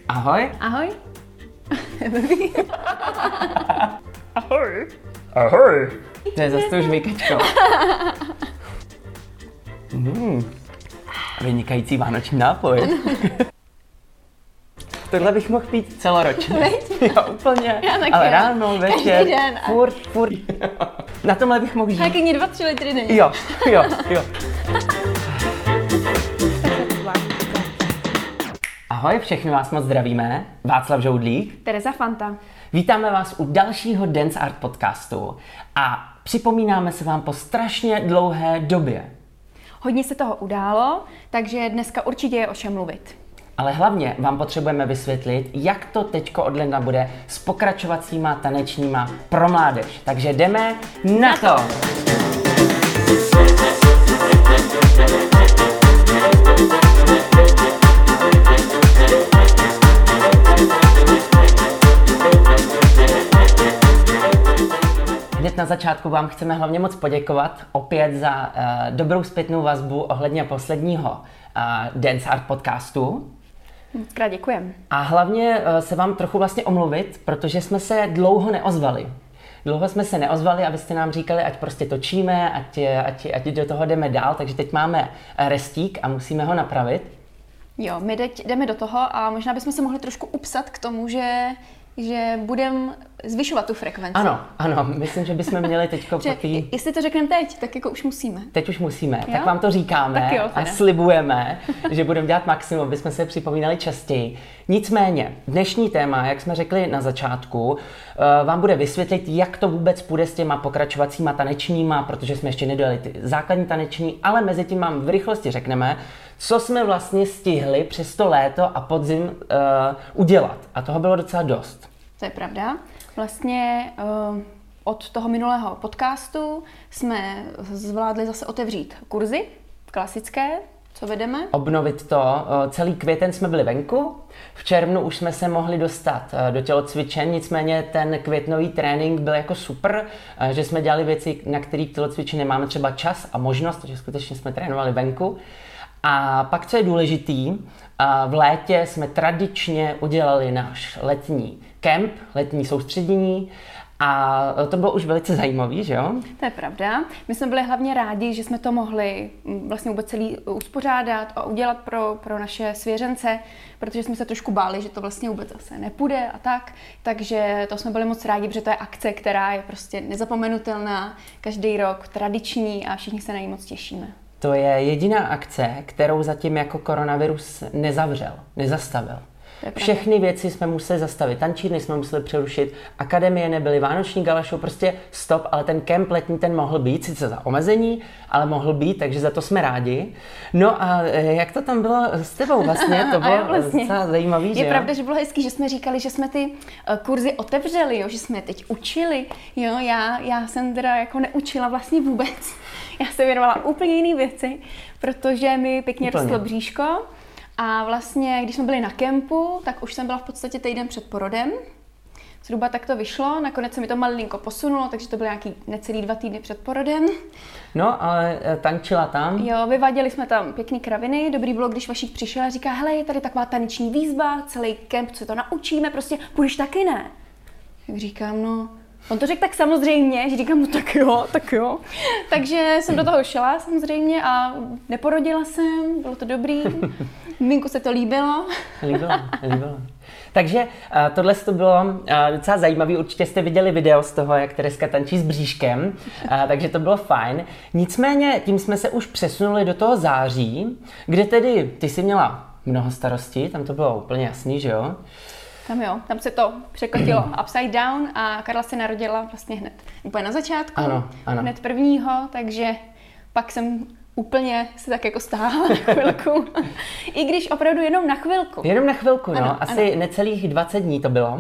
Ahoj. Ahoj. Ahoj. Ahoj. To je zase to už vykačko. Vynikající vánoční nápoj. Tohle bych mohl pít celoročně. Jo, úplně. Ale ráno, večer, furt. Na tomhle bych mohl žít. Taky mě 2-3 litry denně. Jo. Ahoj, všechny vás moc zdravíme. Václav Žoudlík. Tereza Fanta. Vítáme vás u dalšího Dance Art podcastu a připomínáme se vám po strašně dlouhé době. Hodně se toho událo, takže dneska určitě je o čem mluvit. Ale hlavně vám potřebujeme vysvětlit, jak to teďko od ledna bude s pokračovacíma tanečníma pro mládež. Takže jdeme na to! Hned na začátku vám chceme hlavně moc poděkovat opět za dobrou zpětnou vazbu ohledně posledního Dance Art podcastu. Mockrát děkujeme. A hlavně se vám trochu vlastně omluvit, protože jsme se dlouho neozvali. Dlouho jsme se neozvali, abyste nám říkali, ať prostě točíme, ať do toho jdeme dál, takže teď máme restík a musíme ho napravit. Jo, my teď jdeme do toho a možná bychom se mohli trošku upsat k tomu, že budeme zvyšovat tu frekvenci. Ano, myslím, že bychom měli teďko Jestli to řekneme teď, tak jako už musíme. Teď už musíme, jo? Tak vám to říkáme a slibujeme, že budeme dělat maximum, aby jsme se připomínali častěji. Nicméně, dnešní téma, jak jsme řekli na začátku, vám bude vysvětlit, jak to vůbec půjde s těma pokračovacíma tanečníma, protože jsme ještě nedojeli ty základní taneční, ale mezi tím vám v rychlosti řekneme, co jsme vlastně stihli přes to léto a podzim udělat. A toho bylo docela dost. To je pravda. Vlastně od toho minulého podcastu jsme zvládli zase otevřít kurzy klasické, co vedeme. Obnovit to. Celý květen jsme byli venku. V červnu už jsme se mohli dostat do tělocvičen, nicméně ten květnový trénink byl jako super, že jsme dělali věci, na kterých tělocvičen nemáme třeba čas a možnost, takže skutečně jsme trénovali venku. A pak, co je důležitý, v létě jsme tradičně udělali náš letní kemp, letní soustředění a to bylo už velice zajímavý, že jo? To je pravda. My jsme byli hlavně rádi, že jsme to mohli vlastně vůbec celý uspořádat a udělat pro naše svěřence, protože jsme se trošku báli, že to vlastně vůbec zase nepůjde a tak. Takže to jsme byli moc rádi, protože to je akce, která je prostě nezapomenutelná, každý rok tradiční a všichni se na ní moc těšíme. To je jediná akce, kterou zatím jako koronavirus nezastavil. Všechny věci jsme museli zastavit, tančírny jsme museli přerušit, akademie nebyly, vánoční gala show, prostě stop, ale ten kemp letní ten mohl být, sice za omezení, ale mohl být, takže za to jsme rádi. No a jak to tam bylo s tebou vlastně, to bylo docela zajímavý, že je pravda, že bylo hezký, že jsme říkali, že jsme ty kurzy otevřeli, jo, že jsme je teď učili, jo, já jsem teda jako neučila vlastně vůbec, já jsem věnovala úplně jiné věci, protože mi pěkně rostlo bříško. A vlastně, když jsme byli na kempu, tak už jsem byla v podstatě týden před porodem. Zhruba tak to vyšlo, nakonec se mi to malinko posunulo, takže to byly nějaký necelý 2 týdny před porodem. No, ale tančila tam? Jo, vyváděli jsme tam pěkný kraviny. Dobrý bylo, když Vašík přišel a říká, hele, je tady taková taneční výzva, celý kemp, co to naučíme, prostě půjdeš taky, ne? Tak říkám, no... On to řekl tak samozřejmě, že říkám, no tak jo. Takže jsem do toho šla samozřejmě a neporodila jsem, bylo to dobrý. Minku se to líbilo. Líbilo. Takže tohle to bylo docela zajímavé, určitě jste viděli video z toho, jak Tereska tančí s bříškem, takže to bylo fajn. Nicméně tím jsme se už přesunuli do toho září, kde tedy ty jsi měla mnoho starostí, tam to bylo úplně jasný, že jo? Tam se to překotilo upside down a Karla se narodila vlastně hned úplně na začátku, ano. Hned prvního, takže pak jsem úplně se tak jako stáhla na chvilku. I když opravdu jenom na chvilku. Jenom na chvilku, no. Ano, asi necelých 20 dní to bylo.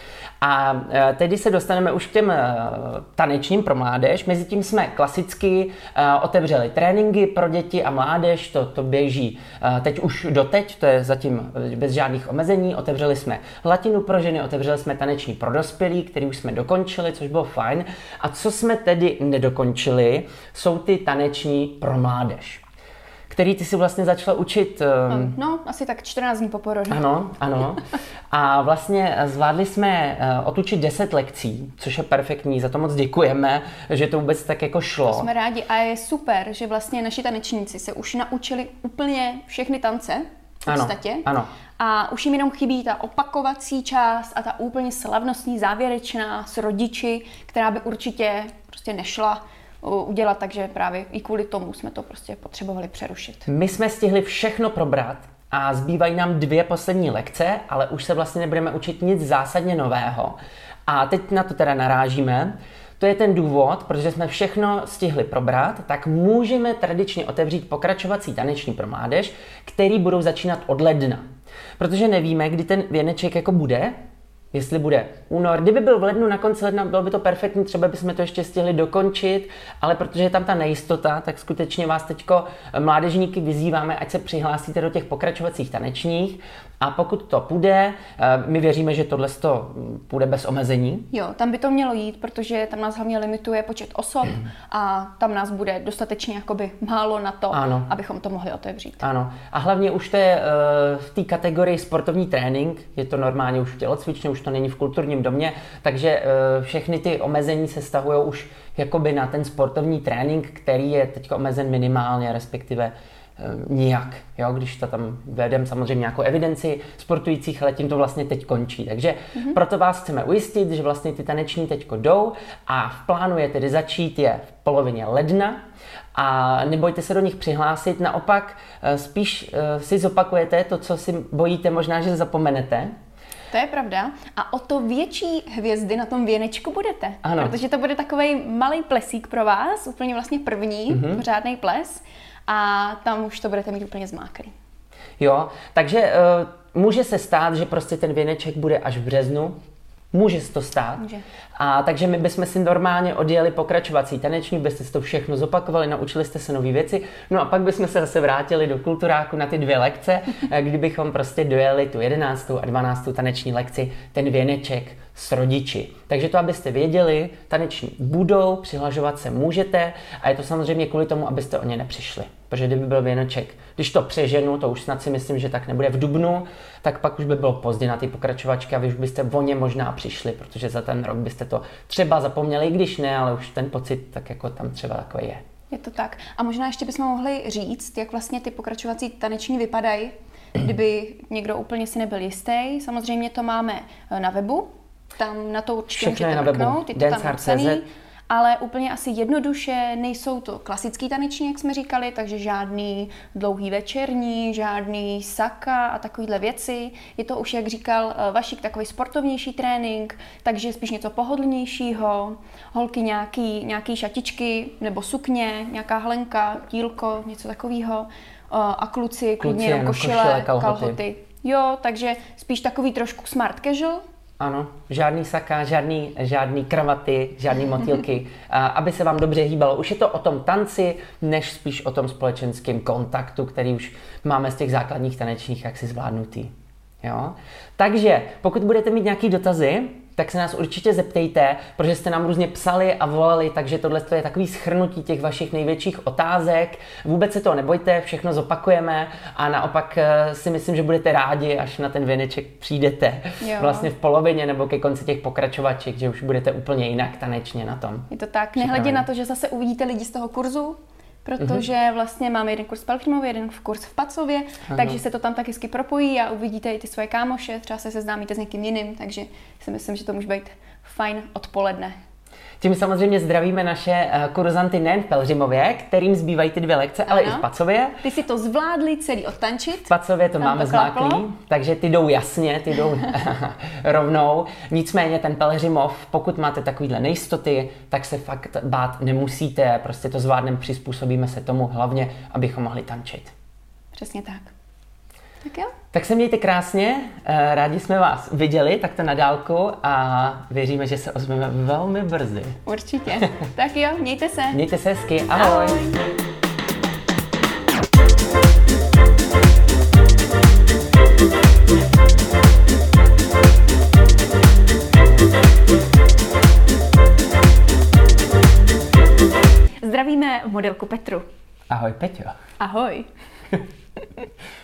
A tedy se dostaneme už k těm tanečním pro mládež. Mezitím jsme klasicky otevřeli tréninky pro děti a mládež, to běží teď už doteď, to je zatím bez žádných omezení. Otevřeli jsme latinu pro ženy, otevřeli jsme taneční pro dospělí, který už jsme dokončili, což bylo fajn. A co jsme tedy nedokončili, jsou ty taneční pro mládež, který ty si vlastně začala učit... No, asi tak 14 dní po porodu. Ano. A vlastně zvládli jsme otučit 10 lekcí, což je perfektní, za to moc děkujeme, že to vůbec tak jako šlo. To jsme rádi a je super, že vlastně naši tanečníci se už naučili úplně všechny tance v podstatě. Ano. A už jim jenom chybí ta opakovací část a ta úplně slavnostní závěrečná s rodiči, která by určitě prostě nešla udělat, takže právě i kvůli tomu jsme to prostě potřebovali přerušit. My jsme stihli všechno probrat a zbývají nám 2 poslední lekce, ale už se vlastně nebudeme učit nic zásadně nového. A teď na to teda narážíme. To je ten důvod, protože jsme všechno stihli probrat, tak můžeme tradičně otevřít pokračovací taneční pro mládež, který budou začínat od ledna. Protože nevíme, kdy ten věneček jako bude, jestli bude únor. Kdyby byl v lednu, na konci ledna, bylo by to perfektní, třeba bychom to ještě stihli dokončit, ale protože je tam ta nejistota, tak skutečně vás teďko mládežníky vyzýváme, ať se přihlásíte do těch pokračovacích tanečních. A pokud to půjde, my věříme, že tohle půjde bez omezení. Jo, tam by to mělo jít, protože tam nás hlavně limituje počet osob a tam nás bude dostatečně jakoby málo na to, ano, abychom to mohli otevřít. Ano. A hlavně už to je v té kategorii sportovní trénink, je to normálně už v tělocvičně, už to není v kulturním domě, takže všechny ty omezení se stahují už jakoby na ten sportovní trénink, který je teď omezen minimálně, respektive nijak, jo? Když to tam vedeme samozřejmě nějakou evidenci sportujících, ale tím to vlastně teď končí. Takže proto vás chceme ujistit, že vlastně ty taneční teďko jdou a v plánu je tedy začít je v polovině ledna a nebojte se do nich přihlásit, naopak spíš si zopakujete to, co si bojíte možná, že zapomenete. To je pravda. A o to větší hvězdy na tom věnečku budete. Ano. Protože to bude takovej malý plesík pro vás, úplně vlastně první pořádný ples. A tam už to budete mít úplně zmáklý. Jo, takže může se stát, že prostě ten věneček bude až v březnu. Může se to stát. Může. A takže my bychom si normálně odjeli pokračovací taneční, byste si to všechno zopakovali, naučili jste se nové věci, no a pak bychom se zase vrátili do kulturáku na ty 2 lekce, kdybychom prostě dojeli tu 11. a 12. taneční lekci, ten věneček s rodiči. Takže to, abyste věděli, taneční budou, přihlašovat se můžete a je to samozřejmě kvůli tomu, abyste o ně nepřišli. Protože kdyby byl věneček, když to přeženu, to už snad si myslím, že tak nebude v dubnu, tak pak už by bylo pozdě na ty pokračovačky a vy už byste o ně možná přišli, protože za ten rok byste to třeba zapomněli, i když ne, ale už ten pocit tak jako tam třeba takový je. Je to tak. A možná ještě bychom mohli říct, jak vlastně ty pokračovací taneční vypadají, kdyby někdo úplně si nebyl jistý. Samozřejmě to máme na webu, tam na to určitě můžete mrknout, je to tam napsaný. Ale úplně asi jednoduše nejsou to klasický taneční, jak jsme říkali, takže žádný dlouhý večerní, žádný saka a takovýhle věci. Je to už, jak říkal Vašík, takový sportovnější trénink, takže spíš něco pohodlnějšího. Holky nějaký šatičky nebo sukně, nějaká hlenka, tílko, něco takového. A kluci klidně jenom košile, kalhoty. Jo, takže spíš takový trošku smart casual. Ano, žádný saka, žádný kravaty, žádný motýlky, aby se vám dobře hýbalo. Už je to o tom tanci, než spíš o tom společenském kontaktu, který už máme z těch základních tanečních jaksi zvládnutý. Jo? Takže pokud budete mít nějaké dotazy, tak se nás určitě zeptejte, protože jste nám různě psali a volali, takže tohle je takový shrnutí těch vašich největších otázek. Vůbec se toho nebojte, všechno zopakujeme a naopak si myslím, že budete rádi, až na ten věneček přijdete. Jo. Vlastně v polovině nebo ke konci těch pokračovaček, že už budete úplně jinak tanečně na tom. Je to tak, nehledě na to, že zase uvidíte lidi z toho kurzu, protože vlastně máme jeden kurz v Pelhřimově, jeden kurz v Pacově, takže se to tam tak hezky propojí a uvidíte i ty svoje kámoše, třeba se seznámíte s někým jiným, takže si myslím, že to může být fajn odpoledne. Tím samozřejmě zdravíme naše kurzanty nejen v Pelhřimově, kterým zbývají ty 2 lekce, ale i v Pacově. Ty si to zvládli celý odtančit. V Pacově to máme zmáklý, takže ty jdou jasně, ty jdou rovnou. Nicméně ten Pelhřimov, pokud máte takovýhle nejistoty, tak se fakt bát nemusíte, prostě to zvládneme, přizpůsobíme se tomu hlavně, abychom mohli tančit. Přesně tak. Tak jo. Tak se mějte krásně, rádi jsme vás viděli takto na dálku a věříme, že se ozveme velmi brzy. Určitě. Tak jo, mějte se. Mějte se hezky, ahoj. Ahoj. Zdravíme modelku Petru. Ahoj, Peťo. Ahoj.